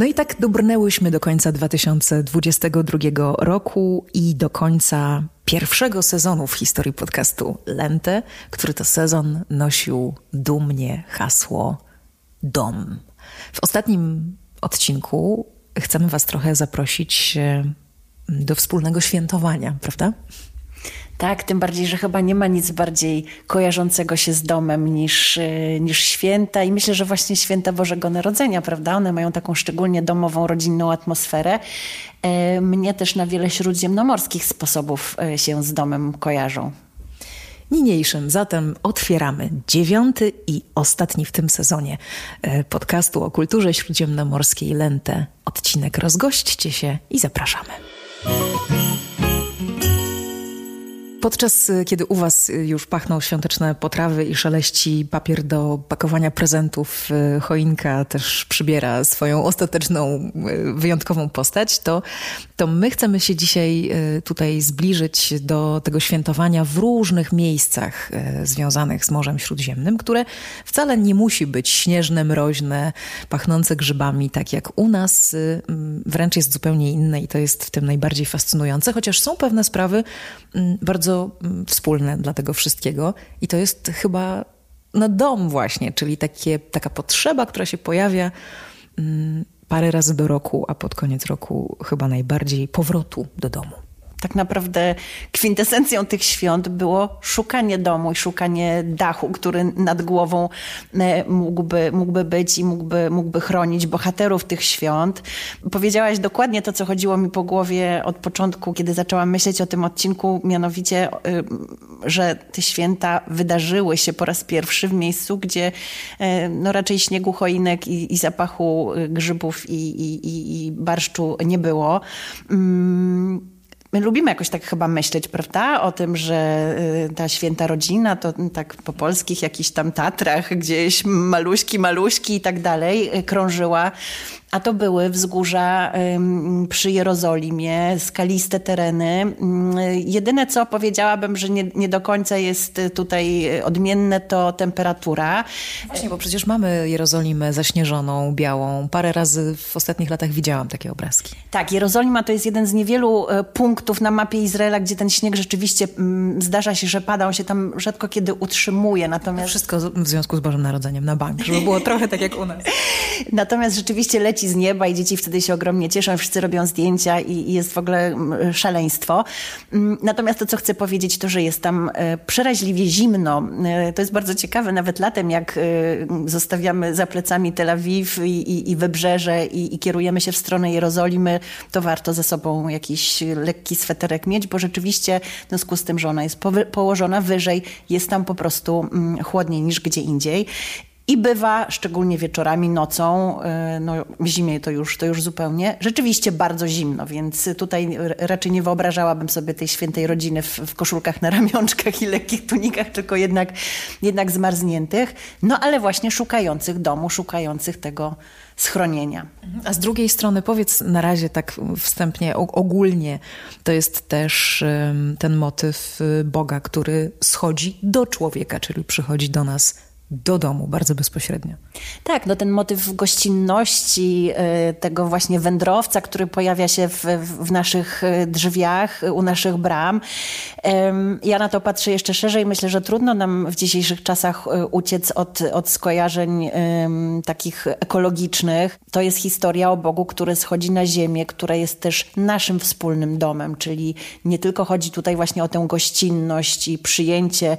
No i tak dobrnęłyśmy do końca 2022 roku i do końca pierwszego sezonu w historii podcastu Lente, który to sezon nosił dumnie hasło Dom. W ostatnim odcinku chcemy Was trochę zaprosić do wspólnego świętowania, prawda? Tak, tym bardziej, że chyba nie ma nic bardziej kojarzącego się z domem niż święta i myślę, że właśnie święta Bożego Narodzenia, prawda? One mają taką szczególnie domową, rodzinną atmosferę. Mnie też na wiele śródziemnomorskich sposobów się z domem kojarzą. Niniejszym zatem otwieramy 9. i ostatni w tym sezonie podcastu o kulturze śródziemnomorskiej Lente. Odcinek Rozgośćcie się i zapraszamy. Podczas kiedy u Was już pachną świąteczne potrawy i szeleści papier do pakowania prezentów, choinka też przybiera swoją ostateczną, wyjątkową postać, to my chcemy się dzisiaj tutaj zbliżyć do tego świętowania w różnych miejscach związanych z Morzem Śródziemnym, które wcale nie musi być śnieżne, mroźne, pachnące grzybami, tak jak u nas, wręcz jest zupełnie inne i to jest w tym najbardziej fascynujące, chociaż są pewne sprawy bardzo wspólne dla tego wszystkiego i to jest chyba dom właśnie, czyli taka potrzeba, która się pojawia parę razy do roku, a pod koniec roku chyba najbardziej powrotu do domu. Tak naprawdę kwintesencją tych świąt było szukanie domu i szukanie dachu, który nad głową mógłby być i mógłby chronić bohaterów tych świąt. Powiedziałaś dokładnie to, co chodziło mi po głowie od początku, kiedy zaczęłam myśleć o tym odcinku, mianowicie, że te święta wydarzyły się po raz pierwszy w miejscu, gdzie raczej śniegu, choinek i zapachu grzybów i barszczu nie było. My lubimy jakoś tak chyba myśleć, prawda? O tym, że ta święta rodzina to tak po polskich jakichś tam Tatrach, gdzieś maluśki i tak dalej krążyła. A to były wzgórza przy Jerozolimie, skaliste tereny. Jedyne, co powiedziałabym, że nie do końca jest tutaj odmienne, to temperatura. Właśnie, bo przecież mamy Jerozolimę zaśnieżoną, białą. Parę razy w ostatnich latach widziałam takie obrazki. Tak, Jerozolima to jest jeden z niewielu punktów na mapie Izraela, gdzie ten śnieg rzeczywiście zdarza się, że pada. On się tam rzadko kiedy utrzymuje. Natomiast... Wszystko w związku z Bożym Narodzeniem na bank, żeby było trochę tak jak u nas. Natomiast rzeczywiście leci z nieba i dzieci wtedy się ogromnie cieszą, wszyscy robią zdjęcia i jest w ogóle szaleństwo. Natomiast to, co chcę powiedzieć, to, że jest tam przeraźliwie zimno. To jest bardzo ciekawe, nawet latem, jak zostawiamy za plecami Tel Awiw i Wybrzeże i kierujemy się w stronę Jerozolimy, to warto ze sobą jakiś lekki sweterek mieć, bo rzeczywiście w związku z tym, że ona jest położona wyżej, jest tam po prostu chłodniej niż gdzie indziej. I bywa, szczególnie wieczorami, nocą, w zimie to już zupełnie, rzeczywiście bardzo zimno, więc tutaj raczej nie wyobrażałabym sobie tej świętej rodziny w koszulkach na ramionczkach i lekkich tunikach, tylko jednak zmarzniętych, ale właśnie szukających domu, szukających tego schronienia. A z drugiej strony, powiedz na razie tak wstępnie, ogólnie, to jest też ten motyw Boga, który schodzi do człowieka, czyli przychodzi do nas do domu, bardzo bezpośrednio. Tak, ten motyw gościnności, tego właśnie wędrowca, który pojawia się w naszych drzwiach, u naszych bram. Ja na to patrzę jeszcze szerzej. Myślę, że trudno nam w dzisiejszych czasach uciec od skojarzeń takich ekologicznych. To jest historia o Bogu, który schodzi na ziemię, która jest też naszym wspólnym domem, czyli nie tylko chodzi tutaj właśnie o tę gościnność i przyjęcie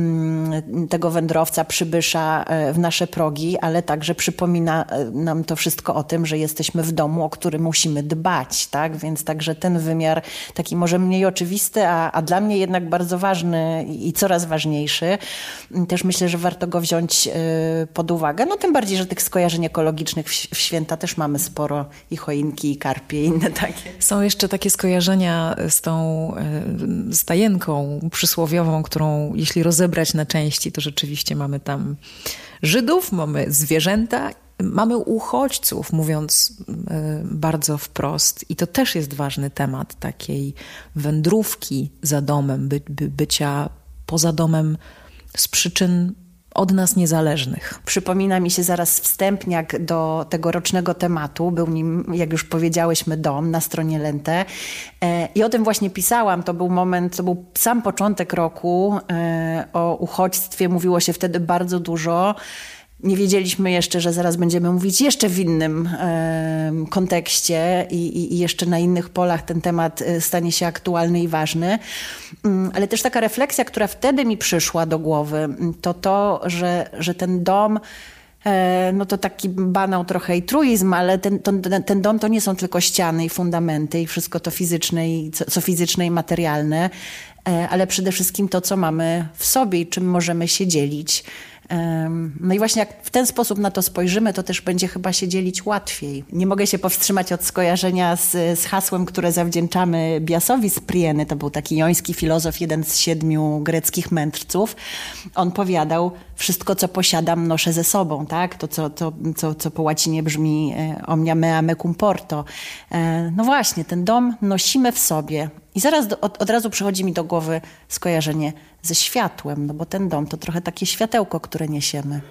tego wędrowca, przybysza w nasze progi, ale także przypomina nam to wszystko o tym, że jesteśmy w domu, o który musimy dbać, tak? Więc także ten wymiar taki może mniej oczywisty, a dla mnie jednak bardzo ważny i coraz ważniejszy. Też myślę, że warto go wziąć pod uwagę. Tym bardziej, że tych skojarzeń ekologicznych w święta też mamy sporo, i choinki, i karpie, i inne takie. Są jeszcze takie skojarzenia z tą stajenką przysłowiową, którą jeśli rozebrać na części, to rzeczywiście mamy tam Żydów, mamy zwierzęta, mamy uchodźców, mówiąc bardzo wprost. I to też jest ważny temat takiej wędrówki za domem, bycia poza domem z przyczyn od nas niezależnych. Przypomina mi się zaraz wstępniak do tegorocznego tematu. Był nim, jak już powiedziałyśmy, dom na stronie Lente. I o tym właśnie pisałam. To był moment, to był sam początek roku. O uchodźstwie mówiło się wtedy bardzo dużo. Nie wiedzieliśmy jeszcze, że zaraz będziemy mówić jeszcze w innym kontekście i jeszcze na innych polach ten temat stanie się aktualny i ważny. Ale też taka refleksja, która wtedy mi przyszła do głowy, to, że ten dom, no to taki banał trochę i truizm, ale ten dom to nie są tylko ściany i fundamenty i wszystko to fizyczne, co fizyczne i materialne, ale przede wszystkim to, co mamy w sobie i czym możemy się dzielić. No i właśnie jak w ten sposób na to spojrzymy, to też będzie chyba się dzielić łatwiej. Nie mogę się powstrzymać od skojarzenia z hasłem, które zawdzięczamy Biasowi z Prieny. To był taki joński filozof, jeden z 7 greckich mędrców. On powiadał: wszystko, co posiadam, noszę ze sobą, tak? To, co po łacinie brzmi omnia mea mecum porto. No właśnie, ten dom nosimy w sobie. I zaraz od razu przychodzi mi do głowy skojarzenie ze światłem, no bo ten dom to trochę takie światełko, które niesiemy.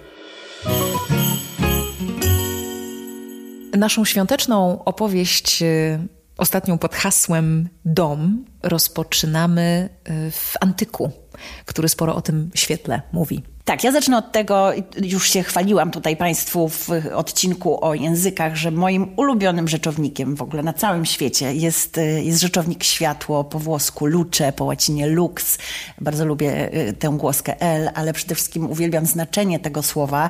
Naszą świąteczną opowieść, ostatnią pod hasłem dom, rozpoczynamy w antyku, który sporo o tym świetle mówi. Tak, ja zacznę od tego, już się chwaliłam tutaj Państwu w odcinku o językach, że moim ulubionym rzeczownikiem w ogóle na całym świecie jest rzeczownik światło, po włosku luce, po łacinie lux. Bardzo lubię tę głoskę L, ale przede wszystkim uwielbiam znaczenie tego słowa.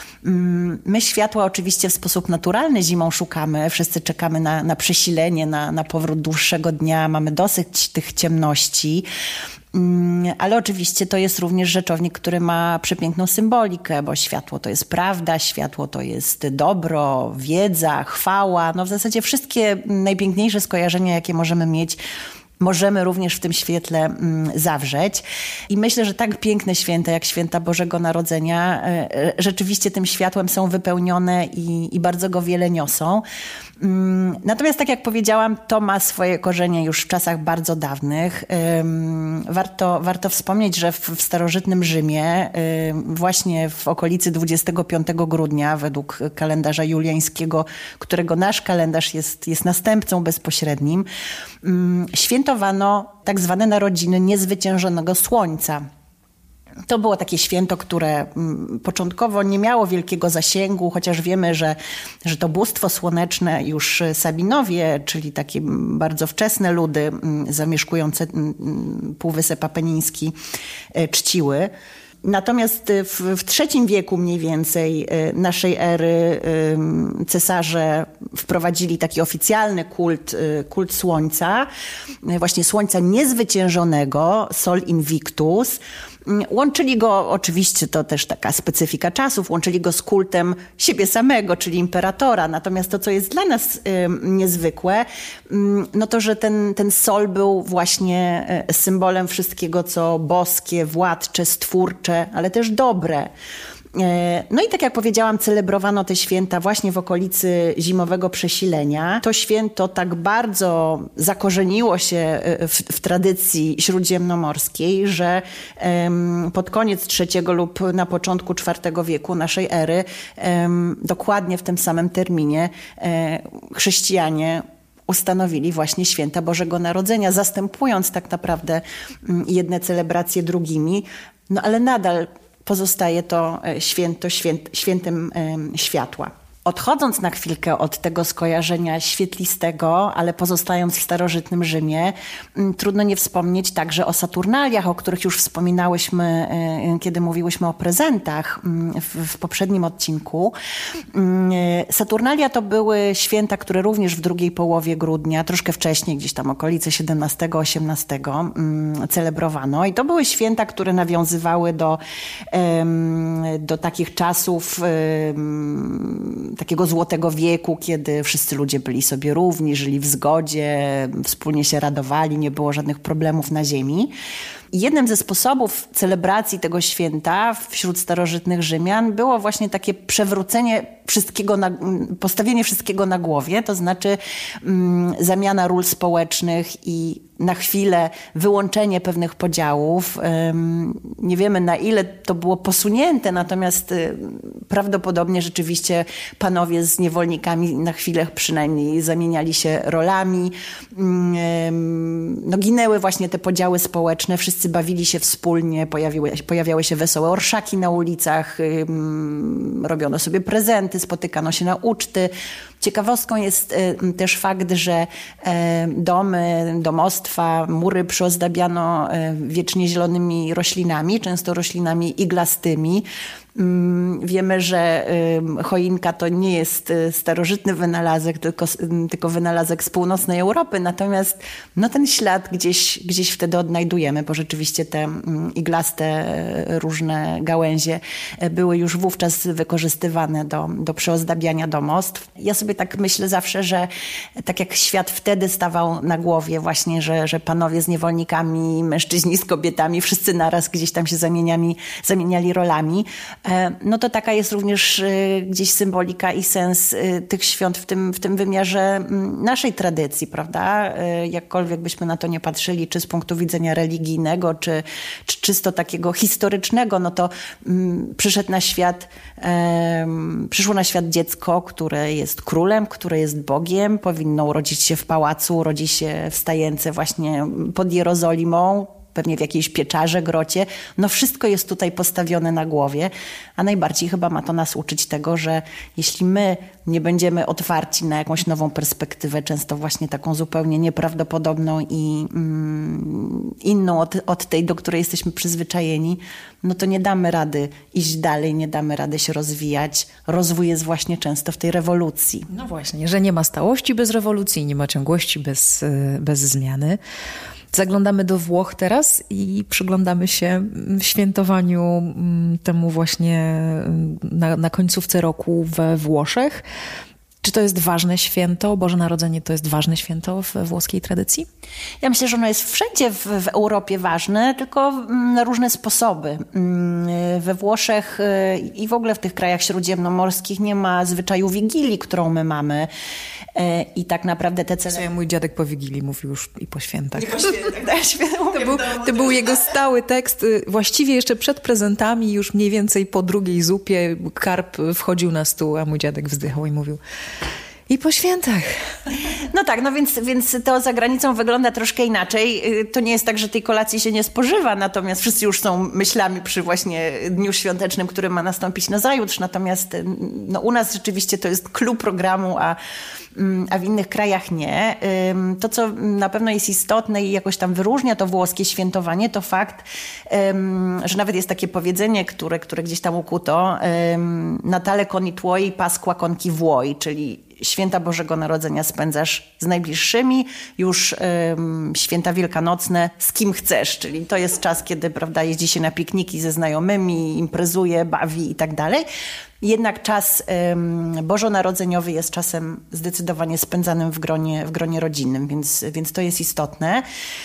My światła oczywiście w sposób naturalny zimą szukamy. Wszyscy czekamy na przesilenie, na powrót dłuższego dnia. Mamy dosyć tych ciemności. Ale oczywiście to jest również rzeczownik, który ma przepiękną symbolikę, bo światło to jest prawda, światło to jest dobro, wiedza, chwała. No w zasadzie wszystkie najpiękniejsze skojarzenia, jakie możemy mieć, możemy również w tym świetle zawrzeć. I myślę, że tak piękne święta, jak święta Bożego Narodzenia, rzeczywiście tym światłem są wypełnione i bardzo go wiele niosą. Natomiast tak jak powiedziałam, to ma swoje korzenie już w czasach bardzo dawnych. Warto wspomnieć, że w starożytnym Rzymie, właśnie w okolicy 25 grudnia, według kalendarza juliańskiego, którego nasz kalendarz jest następcą bezpośrednim, świętowano tak zwane narodziny niezwyciężonego słońca. To było takie święto, które początkowo nie miało wielkiego zasięgu, chociaż wiemy, że to bóstwo słoneczne już Sabinowie, czyli takie bardzo wczesne ludy zamieszkujące Półwysep Apeniński, czciły. Natomiast w III wieku mniej więcej naszej ery cesarze wprowadzili taki oficjalny kult słońca, właśnie słońca niezwyciężonego, Sol Invictus. Łączyli go, oczywiście to też taka specyfika czasów, łączyli go z kultem siebie samego, czyli imperatora. Natomiast to, co jest dla nas niezwykłe, no to, że ten sol był właśnie symbolem wszystkiego, co boskie, władcze, stwórcze, ale też dobre. No i tak jak powiedziałam, celebrowano te święta właśnie w okolicy zimowego przesilenia. To święto tak bardzo zakorzeniło się w tradycji śródziemnomorskiej, że pod koniec III lub na początku IV wieku naszej ery, dokładnie w tym samym terminie, chrześcijanie ustanowili właśnie święta Bożego Narodzenia, zastępując tak naprawdę jedne celebracje drugimi, no ale nadal pozostaje to świętem światła. Odchodząc na chwilkę od tego skojarzenia świetlistego, ale pozostając w starożytnym Rzymie, trudno nie wspomnieć także o Saturnaliach, o których już wspominałyśmy, kiedy mówiłyśmy o prezentach w poprzednim odcinku. Saturnalia to były święta, które również w drugiej połowie grudnia, troszkę wcześniej, gdzieś tam okolice 17-18 celebrowano. I to były święta, które nawiązywały do takich czasów takiego złotego wieku, kiedy wszyscy ludzie byli sobie równi, żyli w zgodzie, wspólnie się radowali, nie było żadnych problemów na ziemi. Jednym ze sposobów celebracji tego święta wśród starożytnych Rzymian było właśnie takie przewrócenie postawienie wszystkiego na głowie, to znaczy zamiana ról społecznych i na chwilę wyłączenie pewnych podziałów. Nie wiemy, na ile to było posunięte, natomiast prawdopodobnie rzeczywiście panowie z niewolnikami na chwilę przynajmniej zamieniali się rolami. Ginęły właśnie te podziały społeczne, wszyscy bawili się wspólnie, pojawiały się wesołe orszaki na ulicach, robiono sobie prezenty, spotykano się na uczty. Ciekawostką jest też fakt, że domy, domostwa, mury przyozdabiano wiecznie zielonymi roślinami, często roślinami iglastymi. Wiemy, że choinka to nie jest starożytny wynalazek, tylko wynalazek z północnej Europy. Natomiast ten ślad gdzieś wtedy odnajdujemy, bo rzeczywiście te iglaste różne gałęzie były już wówczas wykorzystywane do przyozdabiania domostw. Ja sobie tak myślę zawsze, że tak jak świat wtedy stawał na głowie właśnie, że panowie z niewolnikami, mężczyźni z kobietami, wszyscy naraz gdzieś tam się zamieniali rolami, no to taka jest również gdzieś symbolika i sens tych świąt w tym wymiarze naszej tradycji, prawda? Jakkolwiek byśmy na to nie patrzyli, czy z punktu widzenia religijnego, czy czysto takiego historycznego, no to przyszło na świat dziecko, które jest królem, które jest Bogiem, powinno urodzić się w pałacu, urodzi się w stajence właśnie pod Jerozolimą, pewnie w jakiejś pieczarze, grocie. No wszystko jest tutaj postawione na głowie, a najbardziej chyba ma to nas uczyć tego, że jeśli my nie będziemy otwarci na jakąś nową perspektywę, często właśnie taką zupełnie nieprawdopodobną i inną od tej, do której jesteśmy przyzwyczajeni, no to nie damy rady iść dalej, nie damy rady się rozwijać. Rozwój jest właśnie często w tej rewolucji. No właśnie, że nie ma stałości bez rewolucji, nie ma ciągłości bez zmiany. Zaglądamy do Włoch teraz i przyglądamy się świętowaniu temu właśnie na końcówce roku we Włoszech. Czy to jest ważne święto? Boże Narodzenie to jest ważne święto we włoskiej tradycji? Ja myślę, że ono jest wszędzie w Europie ważne, tylko na różne sposoby. We Włoszech i w ogóle w tych krajach śródziemnomorskich nie ma zwyczaju Wigilii, którą my mamy. I tak naprawdę te cele... Mój dziadek po Wigilii mówił już i po świętach. I po świętach, tak. To był jego stały tekst. Właściwie jeszcze przed prezentami, już mniej więcej po drugiej zupie, karp wchodził na stół, a mój dziadek wzdychał i mówił: i po świętach. No tak, więc to za granicą wygląda troszkę inaczej. To nie jest tak, że tej kolacji się nie spożywa, natomiast wszyscy już są myślami przy właśnie dniu świątecznym, który ma nastąpić nazajutrz. Natomiast u nas rzeczywiście to jest clou programu, a w innych krajach nie. To, co na pewno jest istotne i jakoś tam wyróżnia to włoskie świętowanie, to fakt, że nawet jest takie powiedzenie, które gdzieś tam ukuto, Natale con i tuoi, Pasqua con chi vuoi, czyli święta Bożego Narodzenia spędzasz z najbliższymi, już święta wielkanocne z kim chcesz, czyli to jest czas, kiedy, prawda, jeździ się na pikniki ze znajomymi, imprezuje, bawi i tak dalej. Jednak czas bożonarodzeniowy jest czasem zdecydowanie spędzanym w gronie rodzinnym, więc to jest istotne.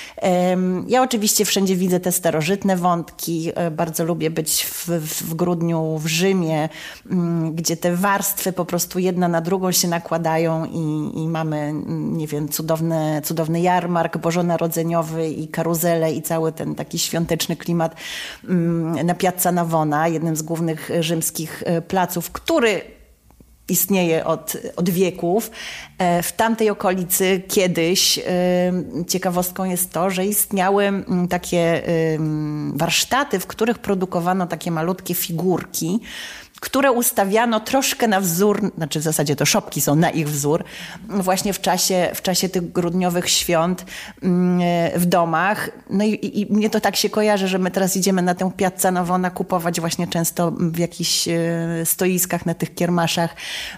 Ja oczywiście wszędzie widzę te starożytne wątki. Bardzo lubię być w grudniu w Rzymie, gdzie te warstwy po prostu jedna na drugą się nakładają i mamy, nie wiem, cudowny jarmark bożonarodzeniowy i karuzele i cały ten taki świąteczny klimat na Piazza Navona, jednym z głównych rzymskich placów, który istnieje od wieków. W tamtej okolicy kiedyś ciekawostką jest to, że istniały takie warsztaty, w których produkowano takie malutkie figurki, które ustawiano troszkę na wzór, znaczy w zasadzie to szopki są na ich wzór, właśnie w czasie tych grudniowych świąt w domach. No i mnie to tak się kojarzy, że my teraz idziemy na tę Piazza Navona kupować właśnie często w jakichś stoiskach, na tych kiermaszach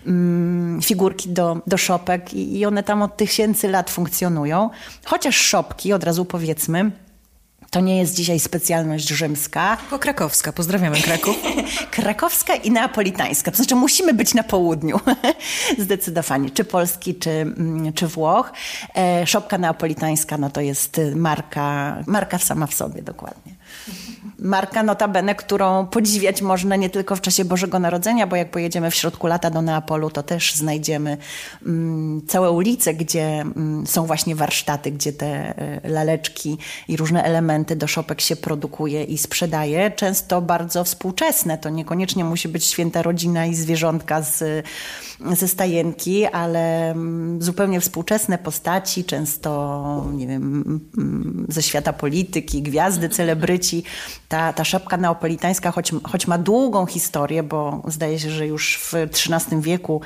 figurki do szopek i one tam od tysięcy lat funkcjonują. Chociaż szopki, od razu powiedzmy, To nie jest dzisiaj specjalność rzymska. Tylko krakowska. Pozdrawiamy Kraków. Krakowska i neapolitańska. To znaczy musimy być na południu. Zdecydowanie. Czy Polski, czy Włoch. Szopka neapolitańska to jest marka sama w sobie, dokładnie. Marka notabene, którą podziwiać można nie tylko w czasie Bożego Narodzenia, bo jak pojedziemy w środku lata do Neapolu, to też znajdziemy całe ulice, gdzie są właśnie warsztaty, gdzie te laleczki i różne elementy do szopek się produkuje i sprzedaje. Często bardzo współczesne. To niekoniecznie musi być święta rodzina i zwierzątka ze stajenki, ale zupełnie współczesne postaci, często, nie wiem, ze świata polityki, gwiazdy, celebryci. Ta szopka neapolitańska, choć ma długą historię, bo zdaje się, że już w XIII wieku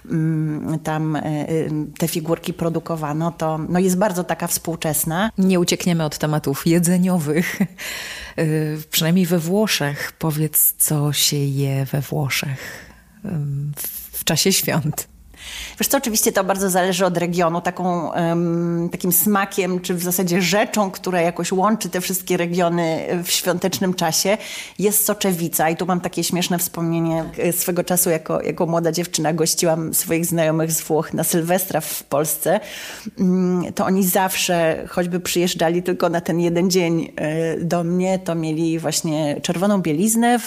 tam te figurki produkowano, to jest bardzo taka współczesna. Nie uciekniemy od tematów jedzeniowych. Przynajmniej we Włoszech. Powiedz, co się je we Włoszech w czasie świąt. Wiesz co, oczywiście to bardzo zależy od regionu. Takim smakiem, czy w zasadzie rzeczą, która jakoś łączy te wszystkie regiony w świątecznym czasie, jest soczewica. I tu mam takie śmieszne wspomnienie. Swego czasu jako młoda dziewczyna gościłam swoich znajomych z Włoch na Sylwestra w Polsce. To oni zawsze, choćby przyjeżdżali tylko na ten jeden dzień do mnie, to mieli właśnie czerwoną bieliznę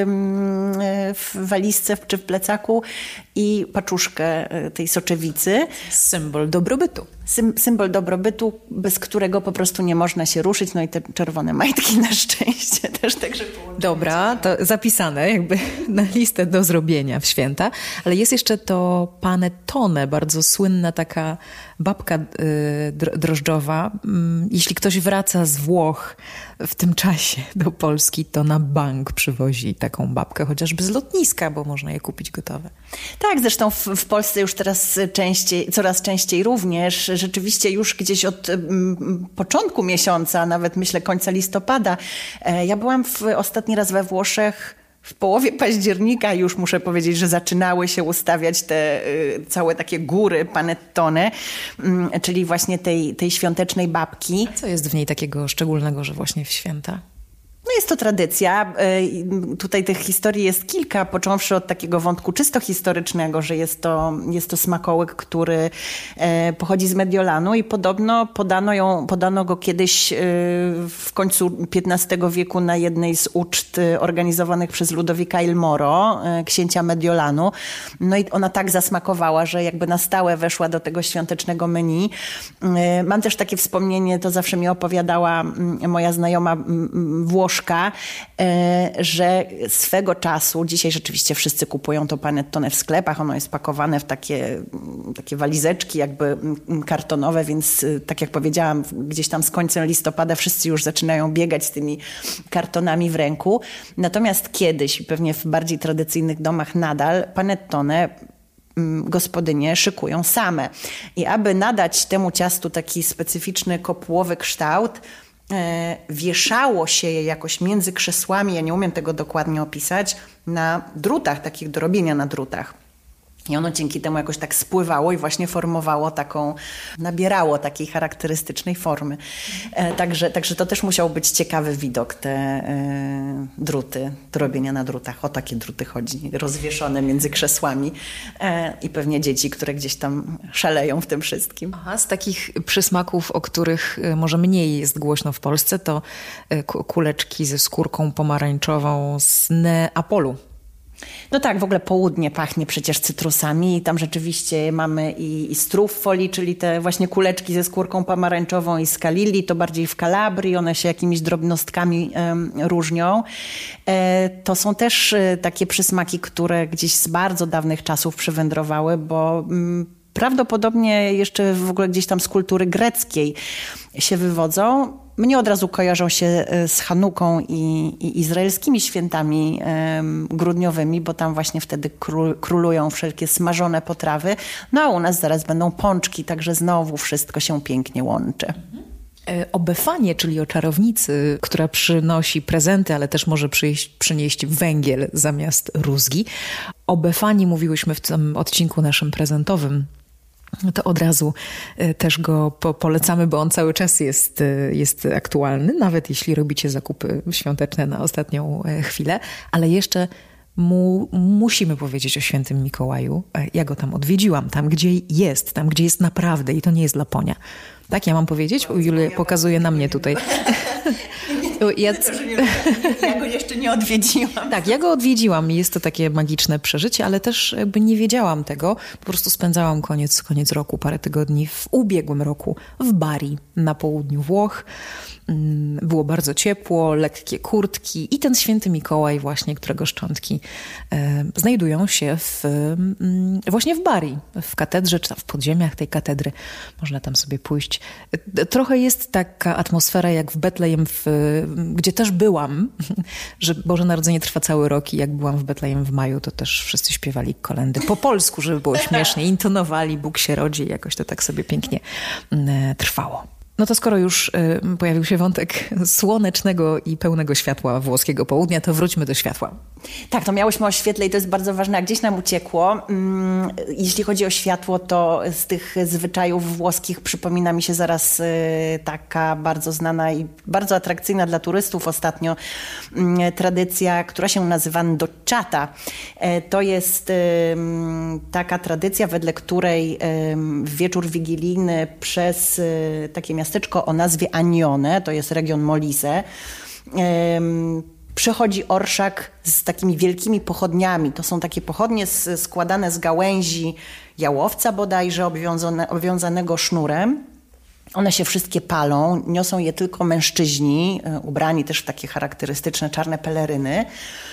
w walizce czy w plecaku i paczuszkę tej soczewicy. Symbol dobrobytu. Symbol dobrobytu, bez którego po prostu nie można się ruszyć. No i te czerwone majtki na szczęście też także połączone. Dobra, to zapisane jakby na listę do zrobienia w święta. Ale jest jeszcze to panettone, bardzo słynna taka babka drożdżowa. Jeśli ktoś wraca z Włoch w tym czasie do Polski, to na bank przywozi taką babkę, chociażby z lotniska, bo można je kupić gotowe. Tak, zresztą w Polsce już teraz coraz częściej również. Rzeczywiście już gdzieś od początku miesiąca, nawet myślę końca listopada. Ja byłam ostatni raz we Włoszech w połowie października, już muszę powiedzieć, że zaczynały się ustawiać te całe takie góry panettone, czyli właśnie tej świątecznej babki. Co jest w niej takiego szczególnego, że właśnie w święta? No jest to tradycja. Tutaj tych historii jest kilka, począwszy od takiego wątku czysto historycznego, że jest to smakołyk, który pochodzi z Mediolanu i podobno podano go kiedyś w końcu XV wieku na jednej z uczt organizowanych przez Ludowika il Moro, księcia Mediolanu. No i ona tak zasmakowała, że jakby na stałe weszła do tego świątecznego menu. Mam też takie wspomnienie, to zawsze mi opowiadała moja znajoma Włoszka, że swego czasu, dzisiaj rzeczywiście wszyscy kupują to panettone w sklepach, ono jest pakowane w takie walizeczki jakby kartonowe, więc tak jak powiedziałam, gdzieś tam z końcem listopada wszyscy już zaczynają biegać z tymi kartonami w ręku. Natomiast kiedyś, pewnie w bardziej tradycyjnych domach nadal, panettone gospodynie szykują same. I aby nadać temu ciastu taki specyficzny kopułowy kształt, wieszało się je jakoś między krzesłami, ja nie umiem tego dokładnie opisać, na drutach, takich do robienia na drutach. I ono dzięki temu jakoś tak spływało i właśnie nabierało takiej charakterystycznej formy. Także to też musiał być ciekawy widok, te druty do robienia na drutach. O takie druty chodzi, rozwieszone między krzesłami i pewnie dzieci, które gdzieś tam szaleją w tym wszystkim. Aha, z takich przysmaków, o których może mniej jest głośno w Polsce, to kuleczki ze skórką pomarańczową z Neapolu. No tak, w ogóle południe pachnie przecież cytrusami i tam rzeczywiście mamy i struffoli, czyli te właśnie kuleczki ze skórką pomarańczową i scalilli, to bardziej w Kalabrii, one się jakimiś drobnostkami różnią. To są też takie przysmaki, które gdzieś z bardzo dawnych czasów przywędrowały, bo prawdopodobnie jeszcze w ogóle gdzieś tam z kultury greckiej się wywodzą. Mnie od razu kojarzą się z Chanuką i izraelskimi świętami grudniowymi, bo tam właśnie wtedy królują wszelkie smażone potrawy. No a u nas zaraz będą pączki, także znowu wszystko się pięknie łączy. O Befanie, czyli o czarownicy, która przynosi prezenty, ale też może przynieść węgiel zamiast rózgi. O Befanii mówiłyśmy w tym odcinku naszym prezentowym to od razu też go polecamy, bo on cały czas jest aktualny, nawet jeśli robicie zakupy świąteczne na ostatnią chwilę, ale jeszcze musimy powiedzieć o świętym Mikołaju. Ja go tam odwiedziłam, tam gdzie jest naprawdę i to nie jest Laponia. Tak, ja mam powiedzieć? Julia pokazuje na mnie tutaj. Ja go jeszcze nie odwiedziłam. Tak, ja go odwiedziłam i jest to takie magiczne przeżycie, ale też jakby nie wiedziałam tego. Po prostu spędzałam koniec roku, parę tygodni w ubiegłym roku w Bari na południu Włoch. Było bardzo ciepło, lekkie kurtki i ten święty Mikołaj właśnie, którego szczątki znajdują się właśnie w Bari, w katedrze, czy tam w podziemiach tej katedry. Można tam sobie pójść. Trochę jest taka atmosfera jak w Betlejem, gdzie też byłam, że Boże Narodzenie trwa cały rok i jak byłam w Betlejem w maju, to też wszyscy śpiewali kolędy po polsku, żeby było śmiesznie, intonowali Bóg się rodzi i jakoś to tak sobie pięknie trwało. No to skoro już pojawił się wątek słonecznego i pełnego światła włoskiego południa, to wróćmy do światła. Tak, to miałyśmy o świetle i to jest bardzo ważne, a gdzieś nam uciekło. Jeśli chodzi o światło, to z tych zwyczajów włoskich przypomina mi się zaraz taka bardzo znana i bardzo atrakcyjna dla turystów ostatnio tradycja, która się nazywa Ndocciata. To jest taka tradycja, wedle której w wieczór wigilijny przez takie miasteczko o nazwie Anione, to jest region Molise, przychodzi orszak z takimi wielkimi pochodniami. To są takie pochodnie składane z gałęzi jałowca bodajże, obwiązanego sznurem. One się wszystkie palą, niosą je tylko mężczyźni, ubrani też w takie charakterystyczne czarne peleryny.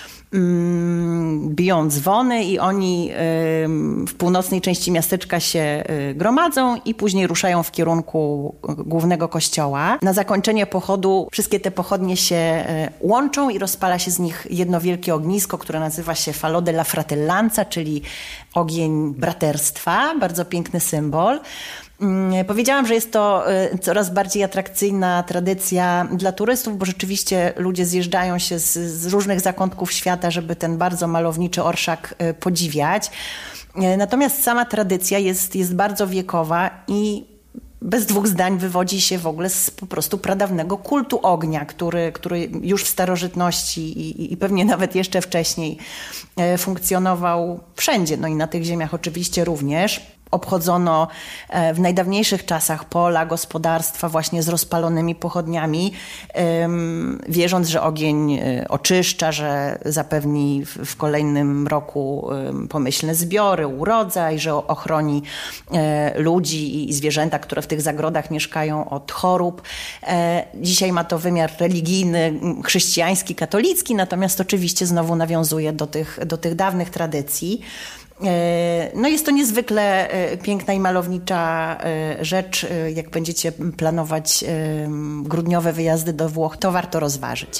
Biją dzwony i oni w północnej części miasteczka się gromadzą i później ruszają w kierunku głównego kościoła. Na zakończenie pochodu wszystkie te pochodnie się łączą i rozpala się z nich jedno wielkie ognisko, które nazywa się Falò della Fratellanza, czyli ogień braterstwa. Bardzo piękny symbol. Powiedziałam, że jest to coraz bardziej atrakcyjna tradycja dla turystów, bo rzeczywiście ludzie zjeżdżają się z różnych zakątków świata, żeby ten bardzo malowniczy orszak podziwiać. Natomiast sama tradycja jest bardzo wiekowa i bez dwóch zdań wywodzi się w ogóle z po prostu pradawnego kultu ognia, który już w starożytności i pewnie nawet jeszcze wcześniej funkcjonował wszędzie, no i na tych ziemiach oczywiście również. Obchodzono w najdawniejszych czasach pola, gospodarstwa właśnie z rozpalonymi pochodniami, wierząc, że ogień oczyszcza, że zapewni w kolejnym roku pomyślne zbiory, urodzaj, że ochroni ludzi i zwierzęta, które w tych zagrodach mieszkają, od chorób. Dzisiaj ma to wymiar religijny, chrześcijański, katolicki, natomiast oczywiście znowu nawiązuje do tych dawnych tradycji. No jest to niezwykle piękna i malownicza rzecz. Jak będziecie planować grudniowe wyjazdy do Włoch, to warto rozważyć.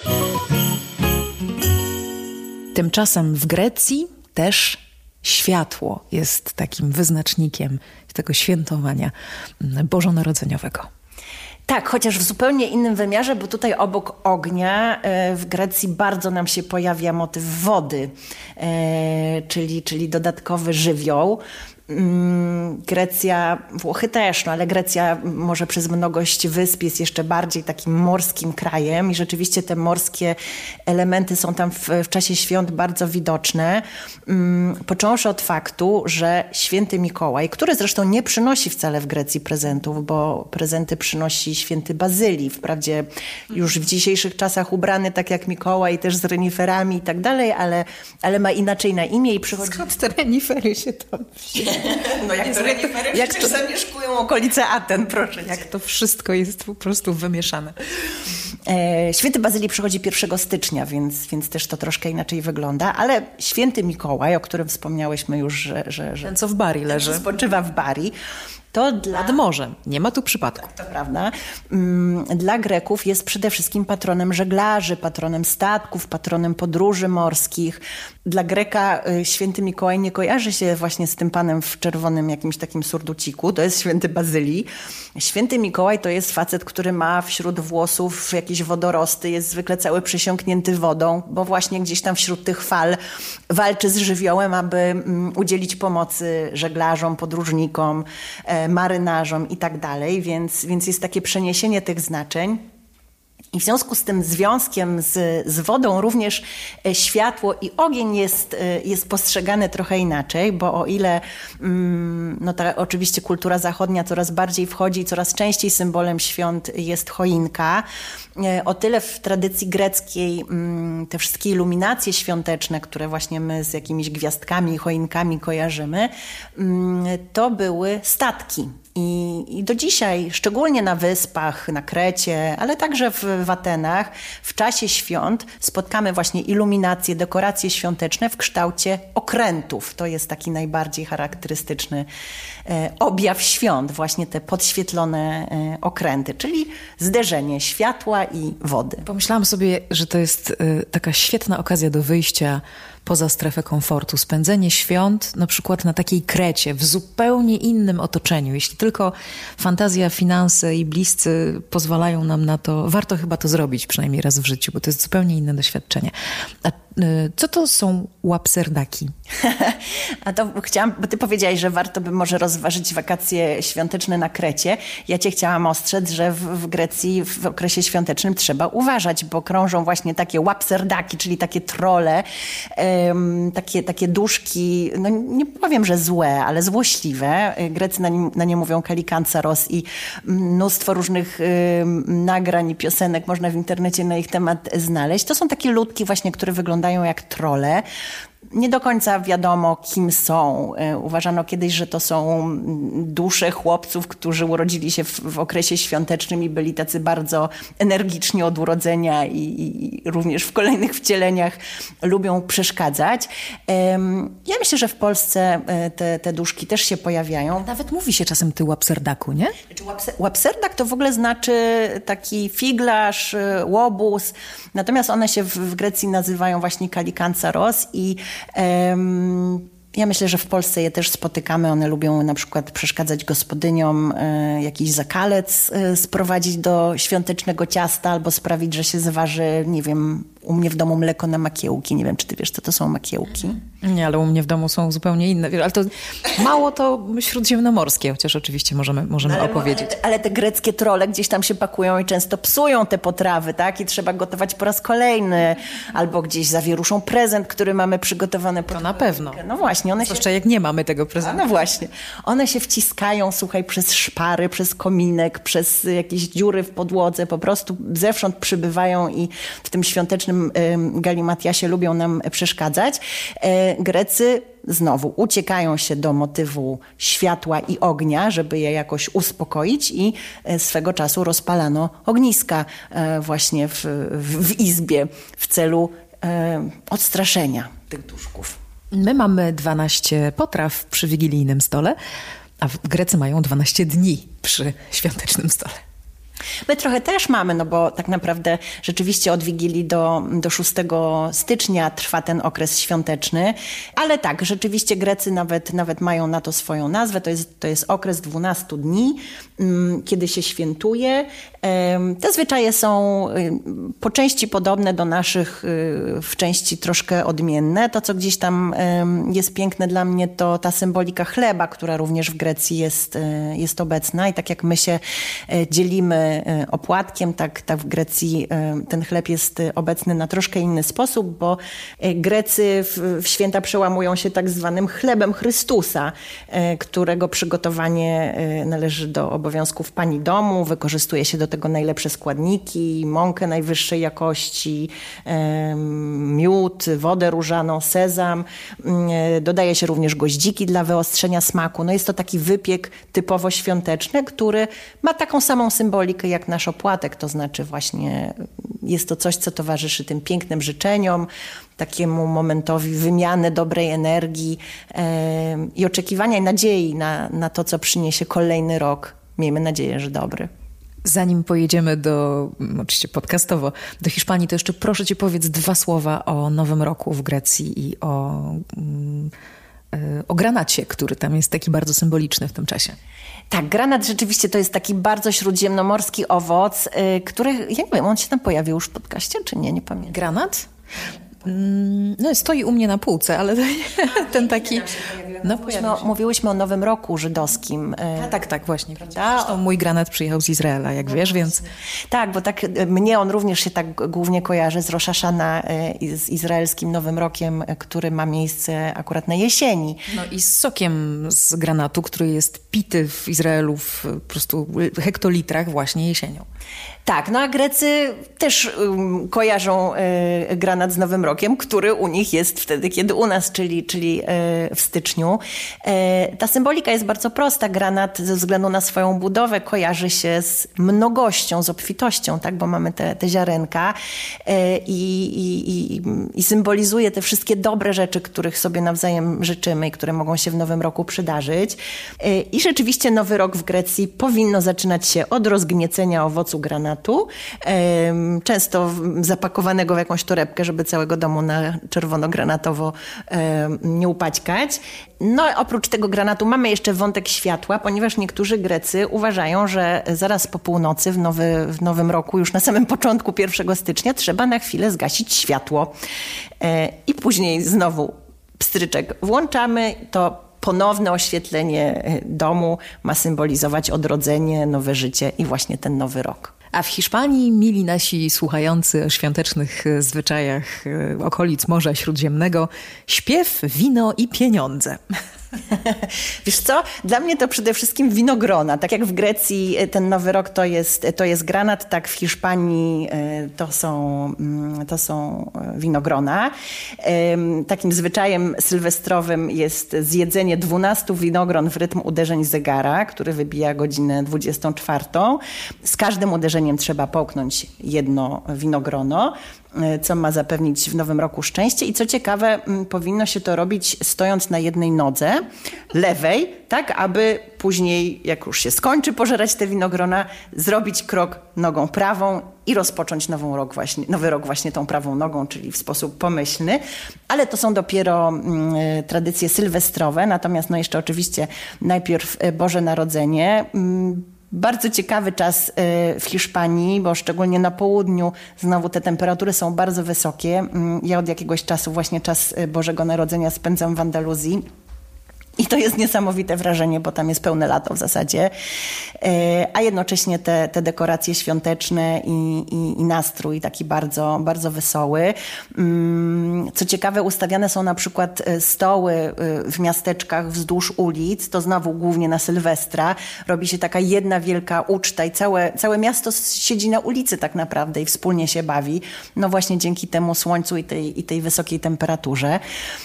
Tymczasem w Grecji też światło jest takim wyznacznikiem tego świętowania bożonarodzeniowego. Tak, chociaż w zupełnie innym wymiarze, bo tutaj obok ognia w Grecji bardzo nam się pojawia motyw wody, czyli dodatkowy żywioł. Grecja, Włochy też, no ale Grecja może przez mnogość wysp jest jeszcze bardziej takim morskim krajem i rzeczywiście te morskie elementy są tam w czasie świąt bardzo widoczne. Począwszy od faktu, że święty Mikołaj, który zresztą nie przynosi wcale w Grecji prezentów, bo prezenty przynosi święty Bazylii, wprawdzie już w dzisiejszych czasach ubrany tak jak Mikołaj, też z reniferami i tak dalej, ale ma inaczej na imię i przychodzi... Skąd te renifery się tam wzięły? No jak to zamieszkują okolice Aten, proszę. Jak to wszystko jest po prostu wymieszane. Święty Bazylii przychodzi 1 stycznia, więc też to troszkę inaczej wygląda, ale święty Mikołaj, o którym wspomniałyśmy już, że ten, co w Bari leży. Spoczywa w Bari. to nad morzem. Nie ma tu przypadku. To prawda. Dla Greków jest przede wszystkim patronem żeglarzy, patronem statków, patronem podróży morskich. Dla Greka święty Mikołaj nie kojarzy się właśnie z tym panem w czerwonym jakimś takim surduciku. To jest święty Bazylii. Święty Mikołaj to jest facet, który ma wśród włosów jakieś wodorosty, jest zwykle cały przysiąknięty wodą, bo właśnie gdzieś tam wśród tych fal walczy z żywiołem, aby udzielić pomocy żeglarzom, podróżnikom, marynarzom i tak dalej, więc jest takie przeniesienie tych znaczeń. I w związku z tym związkiem z wodą również światło i ogień jest postrzegane trochę inaczej, bo o ile no ta oczywiście kultura zachodnia coraz bardziej wchodzi, coraz częściej symbolem świąt jest choinka, o tyle w tradycji greckiej te wszystkie iluminacje świąteczne, które właśnie my z jakimiś gwiazdkami i choinkami kojarzymy, to były statki. I do dzisiaj, szczególnie na Wyspach, na Krecie, ale także w Atenach, w czasie świąt spotkamy właśnie iluminacje, dekoracje świąteczne w kształcie okrętów. To jest taki najbardziej charakterystyczny objaw świąt, właśnie te podświetlone okręty, czyli zderzenie światła i wody. Pomyślałam sobie, że to jest taka świetna okazja do wyjścia poza strefę komfortu. Spędzenie świąt na przykład na takiej Krecie, w zupełnie innym otoczeniu. Jeśli tylko fantazja, finanse i bliscy pozwalają nam na to, warto chyba to zrobić przynajmniej raz w życiu, bo to jest zupełnie inne doświadczenie. A co to są łapserdaki? A to chciałam, bo ty powiedziałaś, że warto by może rozważyć wakacje świąteczne na Krecie. Ja cię chciałam ostrzec, że w Grecji w okresie świątecznym trzeba uważać, bo krążą właśnie takie łapserdaki, czyli takie trolle, takie duszki, no nie powiem, że złe, ale złośliwe. Grecy na nie mówią kalikancaros i mnóstwo różnych nagrań i piosenek można w internecie na ich temat znaleźć. To są takie ludki właśnie, które wyglądają jak trolle. Nie do końca wiadomo, kim są. Uważano kiedyś, że to są dusze chłopców, którzy urodzili się w okresie świątecznym i byli tacy bardzo energiczni od urodzenia i również w kolejnych wcieleniach lubią przeszkadzać. Ja myślę, że w Polsce te duszki też się pojawiają. Nawet mówi się czasem ty łapserdaku, nie? Łapserdak to w ogóle znaczy taki figlarz, łobuz. Natomiast one się w Grecji nazywają właśnie kalikancaros i ja myślę, że w Polsce je też spotykamy. One lubią na przykład przeszkadzać gospodyniom, jakiś zakalec sprowadzić do świątecznego ciasta albo sprawić, że się zważy, nie wiem, u mnie w domu mleko na makiełki. Nie wiem, czy ty wiesz, co to są makiełki? Nie, ale u mnie w domu są zupełnie inne. Ale to mało to śródziemnomorskie, chociaż oczywiście możemy opowiedzieć. Ale te greckie trolle gdzieś tam się pakują i często psują te potrawy, tak? I trzeba gotować po raz kolejny. Albo gdzieś zawieruszą prezent, który mamy przygotowany. To na pewno. No właśnie. Zwłaszcza jak nie mamy tego prezentu. No właśnie. One się wciskają, słuchaj, przez szpary, przez kominek, przez jakieś dziury w podłodze. Po prostu zewsząd przybywają i w tym świątecznym galimatiasie lubią nam przeszkadzać. Grecy znowu uciekają się do motywu światła i ognia, żeby je jakoś uspokoić i swego czasu rozpalano ogniska właśnie w izbie w celu odstraszenia tych duszków. My mamy 12 potraw przy wigilijnym stole, a Grecy mają 12 dni przy świątecznym stole. My trochę też mamy, no bo tak naprawdę rzeczywiście od Wigilii do 6 stycznia trwa ten okres świąteczny, ale tak, rzeczywiście Grecy nawet mają na to swoją nazwę. To jest okres 12 dni, kiedy się świętuje. Te zwyczaje są po części podobne do naszych, w części troszkę odmienne. To, co gdzieś tam jest piękne dla mnie, to ta symbolika chleba, która również w Grecji jest obecna i tak jak my się dzielimy opłatkiem, tak w Grecji ten chleb jest obecny na troszkę inny sposób, bo Grecy w święta przełamują się tak zwanym chlebem Chrystusa, którego przygotowanie należy do obowiązków pani domu, wykorzystuje się do tego najlepsze składniki, mąkę najwyższej jakości, miód, wodę różaną, sezam. Dodaje się również goździki dla wyostrzenia smaku. No jest to taki wypiek typowo świąteczny, który ma taką samą symbolikę symbolikę jak nasz opłatek, to znaczy właśnie jest to coś, co towarzyszy tym pięknym życzeniom, takiemu momentowi wymiany dobrej energii i oczekiwania i nadziei na to, co przyniesie kolejny rok. Miejmy nadzieję, że dobry. Zanim pojedziemy oczywiście podcastowo, do Hiszpanii, to jeszcze proszę cię powiedz 2 słowa o Nowym Roku w Grecji i o granacie, który tam jest taki bardzo symboliczny w tym czasie. Tak, granat rzeczywiście to jest taki bardzo śródziemnomorski owoc, który, ja nie wiem, on się tam pojawił już w podcaście, czy nie? Nie pamiętam. Granat? No, stoi u mnie na półce, ale ten taki... Mówiłyśmy o Nowym Roku żydowskim. Tak, właśnie. Zresztą mój granat przyjechał z Izraela, jak wiesz, więc... Tak, bo tak mnie on również się tak głównie kojarzy z Rosh Hashana, z izraelskim Nowym Rokiem, który ma miejsce akurat na jesieni. No i z sokiem z granatu, który jest pity w Izraelu w po prostu hektolitrach właśnie jesienią. Tak, no a Grecy też kojarzą granat z Nowym Rokiem, który u nich jest wtedy, kiedy u nas, czyli w styczniu. Ta symbolika jest bardzo prosta. Granat ze względu na swoją budowę kojarzy się z mnogością, z obfitością, tak, bo mamy te ziarenka i symbolizuje te wszystkie dobre rzeczy, których sobie nawzajem życzymy i które mogą się w Nowym Roku przydarzyć. I rzeczywiście Nowy Rok w Grecji powinno zaczynać się od rozgniecenia owocu granatu, często zapakowanego w jakąś torebkę, żeby całego domu na czerwono-granatowo nie upaćkać. No oprócz tego granatu mamy jeszcze wątek światła, ponieważ niektórzy Grecy uważają, że zaraz po północy w Nowym Roku, już na samym początku 1 stycznia trzeba na chwilę zgasić światło. I później znowu pstryczek włączamy, to ponowne oświetlenie domu ma symbolizować odrodzenie, nowe życie i właśnie ten Nowy Rok. A w Hiszpanii, mili nasi słuchający o świątecznych zwyczajach okolic Morza Śródziemnego, śpiew, wino i pieniądze. Wiesz co? Dla mnie to przede wszystkim winogrona. Tak jak w Grecji ten Nowy Rok to jest granat, tak w Hiszpanii to są winogrona. Takim zwyczajem sylwestrowym jest zjedzenie 12 winogron w rytm uderzeń zegara, który wybija godzinę 24. Z każdym uderzeniem trzeba połknąć jedno winogrono, co ma zapewnić w Nowym Roku szczęście. I co ciekawe, powinno się to robić stojąc na jednej nodze, lewej, tak aby później, jak już się skończy pożerać te winogrona, zrobić krok nogą prawą i rozpocząć Nowy Rok właśnie tą prawą nogą, czyli w sposób pomyślny. Ale to są dopiero tradycje sylwestrowe, natomiast no jeszcze oczywiście najpierw Boże Narodzenie. Bardzo ciekawy czas w Hiszpanii, bo szczególnie na południu znowu te temperatury są bardzo wysokie. Ja od jakiegoś czasu właśnie czas Bożego Narodzenia spędzam w Andaluzji. I to jest niesamowite wrażenie, bo tam jest pełne lato w zasadzie, a jednocześnie te dekoracje świąteczne i nastrój taki bardzo, bardzo wesoły. Co ciekawe, ustawiane są na przykład stoły w miasteczkach wzdłuż ulic, to znowu głównie na Sylwestra. Robi się taka jedna wielka uczta i całe miasto siedzi na ulicy tak naprawdę i wspólnie się bawi. No właśnie dzięki temu słońcu i tej wysokiej temperaturze.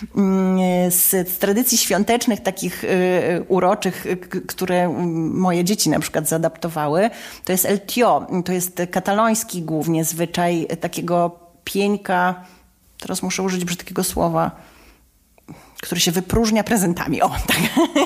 Z tradycji świątecznych takich uroczych, które moje dzieci na przykład zaadaptowały, to jest el tio. To jest kataloński głównie zwyczaj takiego pieńka, teraz muszę użyć brzydkiego słowa, który się wypróżnia prezentami. O, tak.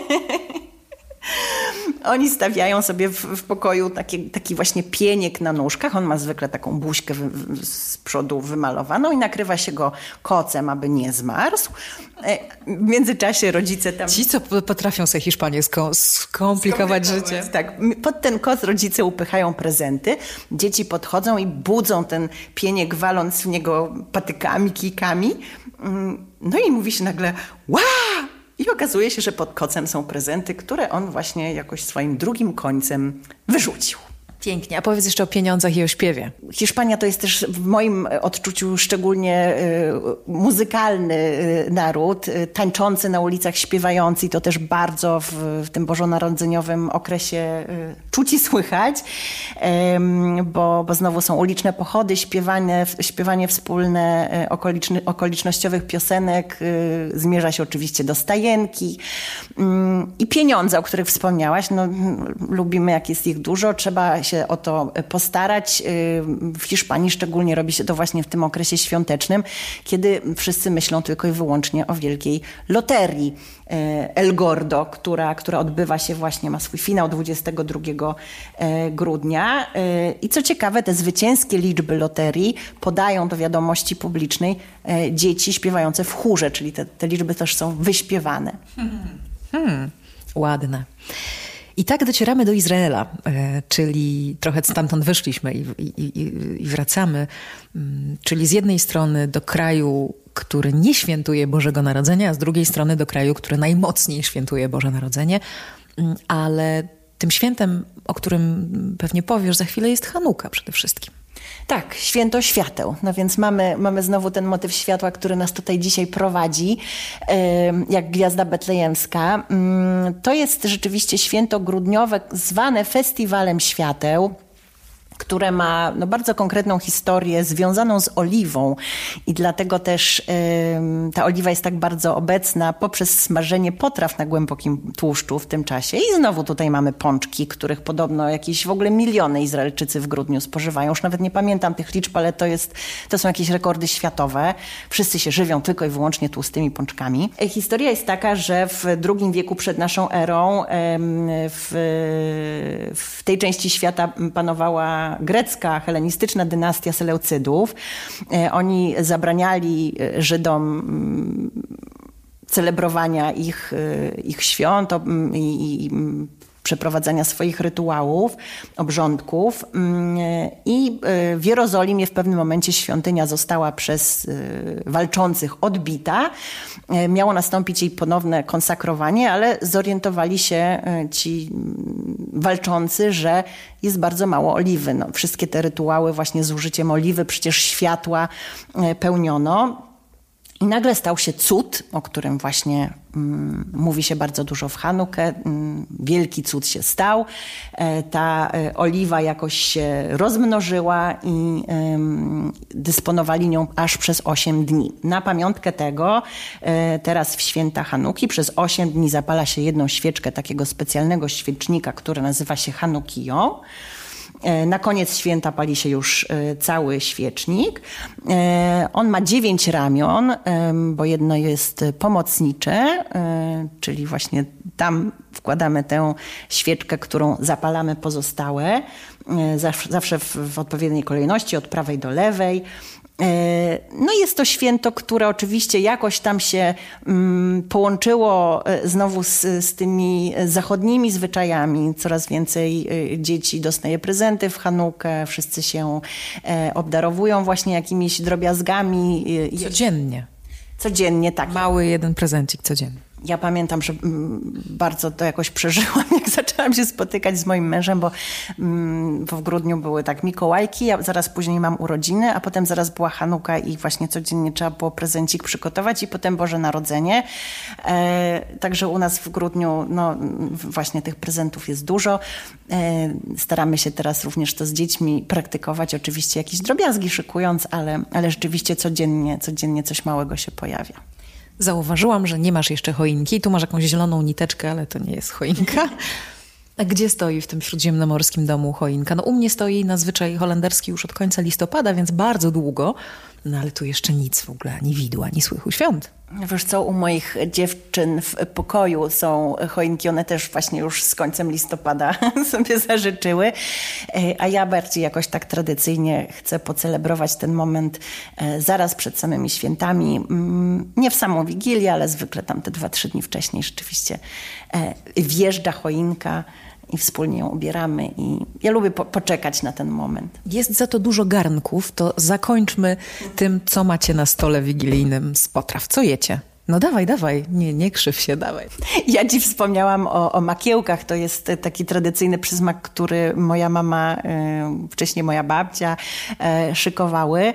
Oni stawiają sobie w pokoju taki właśnie pieniek na nóżkach. On ma zwykle taką buźkę z przodu wymalowaną i nakrywa się go kocem, aby nie zmarzł. W międzyczasie rodzice tam... Ci, co potrafią sobie Hiszpanię skomplikować życie. Tak, pod ten koc rodzice upychają prezenty. Dzieci podchodzą i budzą ten pieniek, waląc w niego patykami, kijkami. No i mówi się nagle: wow! I okazuje się, że pod kocem są prezenty, które on właśnie jakoś swoim drugim końcem wyrzucił. Pięknie. A powiedz jeszcze o pieniądzach i o śpiewie. Hiszpania to jest też w moim odczuciu szczególnie muzykalny naród, tańczący na ulicach, śpiewający i to też bardzo w tym bożonarodzeniowym okresie czuć i słychać, bo znowu są uliczne pochody, śpiewanie wspólne okolicznościowych piosenek, zmierza się oczywiście do stajenki i pieniądze, o których wspomniałaś. No, lubimy, jak jest ich dużo, trzeba się się o to postarać. W Hiszpanii szczególnie robi się to właśnie w tym okresie świątecznym, kiedy wszyscy myślą tylko i wyłącznie o wielkiej loterii El Gordo, która odbywa się właśnie, ma swój finał 22 grudnia. I co ciekawe, te zwycięskie liczby loterii podają do wiadomości publicznej dzieci śpiewające w chórze, czyli te liczby też są wyśpiewane. Ładne. I tak docieramy do Izraela, czyli trochę stamtąd wyszliśmy i wracamy, czyli z jednej strony do kraju, który nie świętuje Bożego Narodzenia, a z drugiej strony do kraju, który najmocniej świętuje Boże Narodzenie, ale tym świętem, o którym pewnie powiesz za chwilę, jest Chanuka przede wszystkim. Tak, święto świateł. No więc mamy znowu ten motyw światła, który nas tutaj dzisiaj prowadzi, jak gwiazda betlejemska. To jest rzeczywiście święto grudniowe, zwane Festiwalem Świateł, które ma bardzo konkretną historię związaną z oliwą i dlatego też ta oliwa jest tak bardzo obecna poprzez smażenie potraw na głębokim tłuszczu w tym czasie. I znowu tutaj mamy pączki, których podobno jakieś w ogóle miliony Izraelczycy w grudniu spożywają. Już nawet nie pamiętam tych liczb, ale to są jakieś rekordy światowe. Wszyscy się żywią tylko i wyłącznie tłustymi pączkami. Historia jest taka, że w II wieku przed naszą erą w tej części świata panowała grecka, helenistyczna dynastia Seleucydów. Oni zabraniali Żydom celebrowania ich świąt i przeprowadzania swoich rytuałów, obrządków. I w Jerozolimie w pewnym momencie świątynia została przez walczących odbita. Miało nastąpić jej ponowne konsakrowanie, ale zorientowali się ci walczący, że jest bardzo mało oliwy. No, wszystkie te rytuały właśnie z użyciem oliwy, przecież światła pełniono. I nagle stał się cud, o którym właśnie mówi się bardzo dużo w Chanukę. Wielki cud się stał. Ta oliwa jakoś się rozmnożyła i dysponowali nią aż przez 8 dni. Na pamiątkę tego teraz w święta Chanuki przez 8 dni zapala się jedną świeczkę takiego specjalnego świecznika, który nazywa się Chanukiją. Na koniec święta pali się już cały świecznik. On ma 9 ramion, bo jedno jest pomocnicze, czyli właśnie tam wkładamy tę świeczkę, którą zapalamy pozostałe, zawsze w odpowiedniej kolejności, od prawej do lewej. No jest to święto, które oczywiście jakoś tam się połączyło znowu z tymi zachodnimi zwyczajami. Coraz więcej dzieci dostaje prezenty w Chanukę, wszyscy się obdarowują właśnie jakimiś drobiazgami. Codziennie, tak. Mały jeden prezencik codziennie. Ja pamiętam, że bardzo to jakoś przeżyłam, jak zaczęłam się spotykać z moim mężem, bo w grudniu były tak Mikołajki, ja zaraz później mam urodziny, a potem zaraz była Chanuka i właśnie codziennie trzeba było prezencik przygotować i potem Boże Narodzenie. Także u nas w grudniu właśnie tych prezentów jest dużo. Staramy się teraz również to z dziećmi praktykować, oczywiście jakieś drobiazgi szykując, ale rzeczywiście codziennie coś małego się pojawia. Zauważyłam, że nie masz jeszcze choinki. Tu masz jakąś zieloną niteczkę, ale to nie jest choinka. A gdzie stoi w tym śródziemnomorskim domu choinka? No u mnie stoi na zwyczaj holenderski już od końca listopada, więc bardzo długo. No ale tu jeszcze nic w ogóle, ani widła, ani słychu świąt. Wiesz co, u moich dziewczyn w pokoju są choinki, one też właśnie już z końcem listopada sobie zażyczyły, a ja bardziej jakoś tak tradycyjnie chcę pocelebrować ten moment zaraz przed samymi świętami. Nie w samą Wigilię, ale zwykle tam te 2-3 dni wcześniej rzeczywiście wjeżdża choinka i wspólnie ją ubieramy i ja lubię poczekać na ten moment. Jest za to dużo garnków, to zakończmy tym, co macie na stole wigilijnym z potraw. Co jecie? No dawaj, nie krzyw się, dawaj. Ja ci wspomniałam o makiełkach, to jest taki tradycyjny przysmak, który moja mama, wcześniej moja babcia szykowały.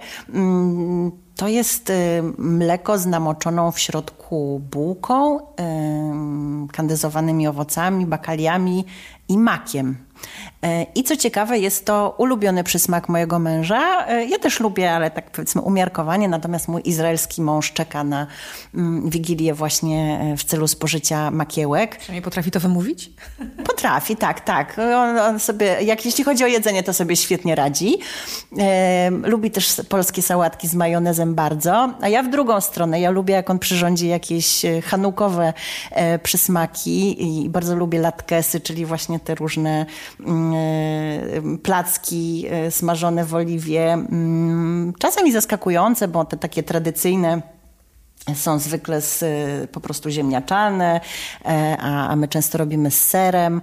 To jest mleko z namoczoną w środku bułką, kandyzowanymi owocami, bakaliami i makiem. I co ciekawe, jest to ulubiony przysmak mojego męża. Ja też lubię, ale tak powiedzmy umiarkowanie, natomiast mój izraelski mąż czeka na Wigilię właśnie w celu spożycia makiełek. Przynajmniej potrafi to wymówić? Potrafi, tak. On sobie, jeśli chodzi o jedzenie, to sobie świetnie radzi. Lubi też polskie sałatki z majonezem bardzo, a ja w drugą stronę, ja lubię, jak on przyrządzi jakieś chanukowe przysmaki i bardzo lubię latkesy, czyli właśnie te różne placki smażone w oliwie. Czasami zaskakujące, bo te takie tradycyjne są zwykle po prostu ziemniaczane, a my często robimy z serem,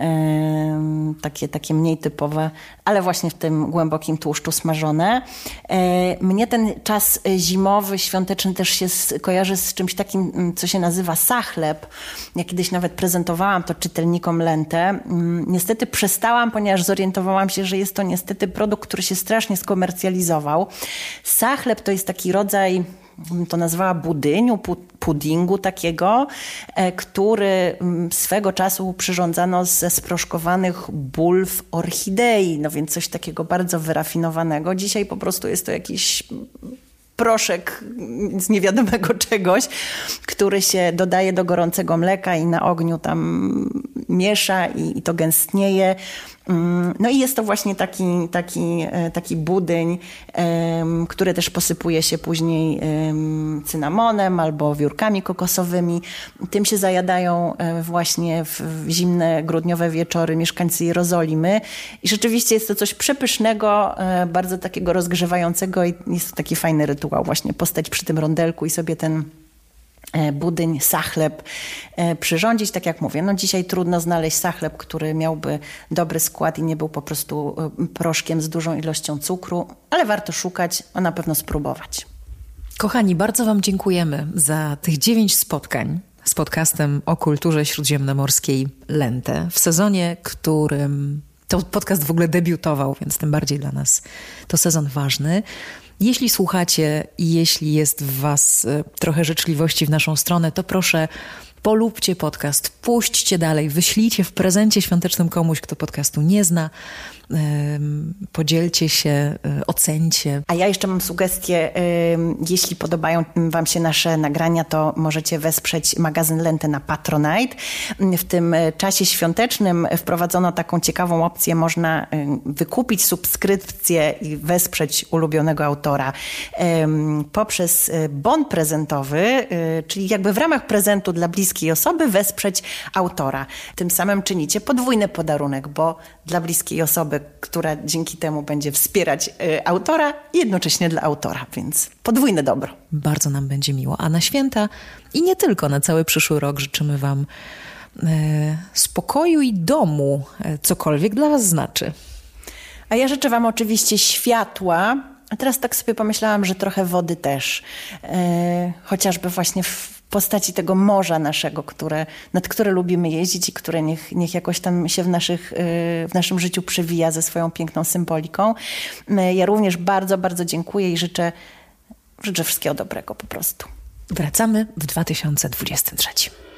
takie mniej typowe, ale właśnie w tym głębokim tłuszczu smażone. Mnie ten czas zimowy, świąteczny też się kojarzy z czymś takim, co się nazywa sachleb. Ja kiedyś nawet prezentowałam to czytelnikom Lentę. Niestety przestałam, ponieważ zorientowałam się, że jest to niestety produkt, który się strasznie skomercjalizował. Sachleb to jest taki rodzaj, to nazwała budyniu, puddingu takiego, który swego czasu przyrządzano ze sproszkowanych bulw orchidei, no więc coś takiego bardzo wyrafinowanego. Dzisiaj po prostu jest to jakiś proszek z niewiadomego czegoś, który się dodaje do gorącego mleka i na ogniu tam miesza i to gęstnieje. No i jest to właśnie taki budyń, który też posypuje się później cynamonem albo wiórkami kokosowymi. Tym się zajadają właśnie w zimne, grudniowe wieczory mieszkańcy Jerozolimy. I rzeczywiście jest to coś przepysznego, bardzo takiego rozgrzewającego i jest to taki fajny rytuał właśnie postać przy tym rondelku i sobie ten budyń, sachleb przyrządzić. Tak jak mówię, no dzisiaj trudno znaleźć sachleb, który miałby dobry skład i nie był po prostu proszkiem z dużą ilością cukru, ale warto szukać, a na pewno spróbować. Kochani, bardzo wam dziękujemy za tych 9 spotkań z podcastem o kulturze śródziemnomorskiej Lente w sezonie, którym to podcast w ogóle debiutował, więc tym bardziej dla nas to sezon ważny. Jeśli słuchacie i jeśli jest w was trochę życzliwości w naszą stronę, to proszę polubcie podcast, puśćcie dalej, wyślijcie w prezencie świątecznym komuś, kto podcastu nie zna, podzielcie się, ocencie. A ja jeszcze mam sugestię, jeśli podobają wam się nasze nagrania, to możecie wesprzeć magazyn Lente na Patronite. W tym czasie świątecznym wprowadzono taką ciekawą opcję, można wykupić subskrypcję i wesprzeć ulubionego autora poprzez bon prezentowy, czyli jakby w ramach prezentu dla bliskiej osoby wesprzeć autora. Tym samym czynicie podwójny podarunek, bo dla bliskiej osoby, która dzięki temu będzie wspierać autora i jednocześnie dla autora, więc podwójne dobro. Bardzo nam będzie miło. A na święta i nie tylko, na cały przyszły rok życzymy wam spokoju i domu, cokolwiek dla was znaczy. A ja życzę wam oczywiście światła. A teraz tak sobie pomyślałam, że trochę wody też. Chociażby właśnie w postaci tego morza naszego, nad które lubimy jeździć i które niech jakoś tam się w naszym życiu przewija ze swoją piękną symboliką. Ja również bardzo, bardzo dziękuję i życzę wszystkiego dobrego po prostu. Wracamy w 2023.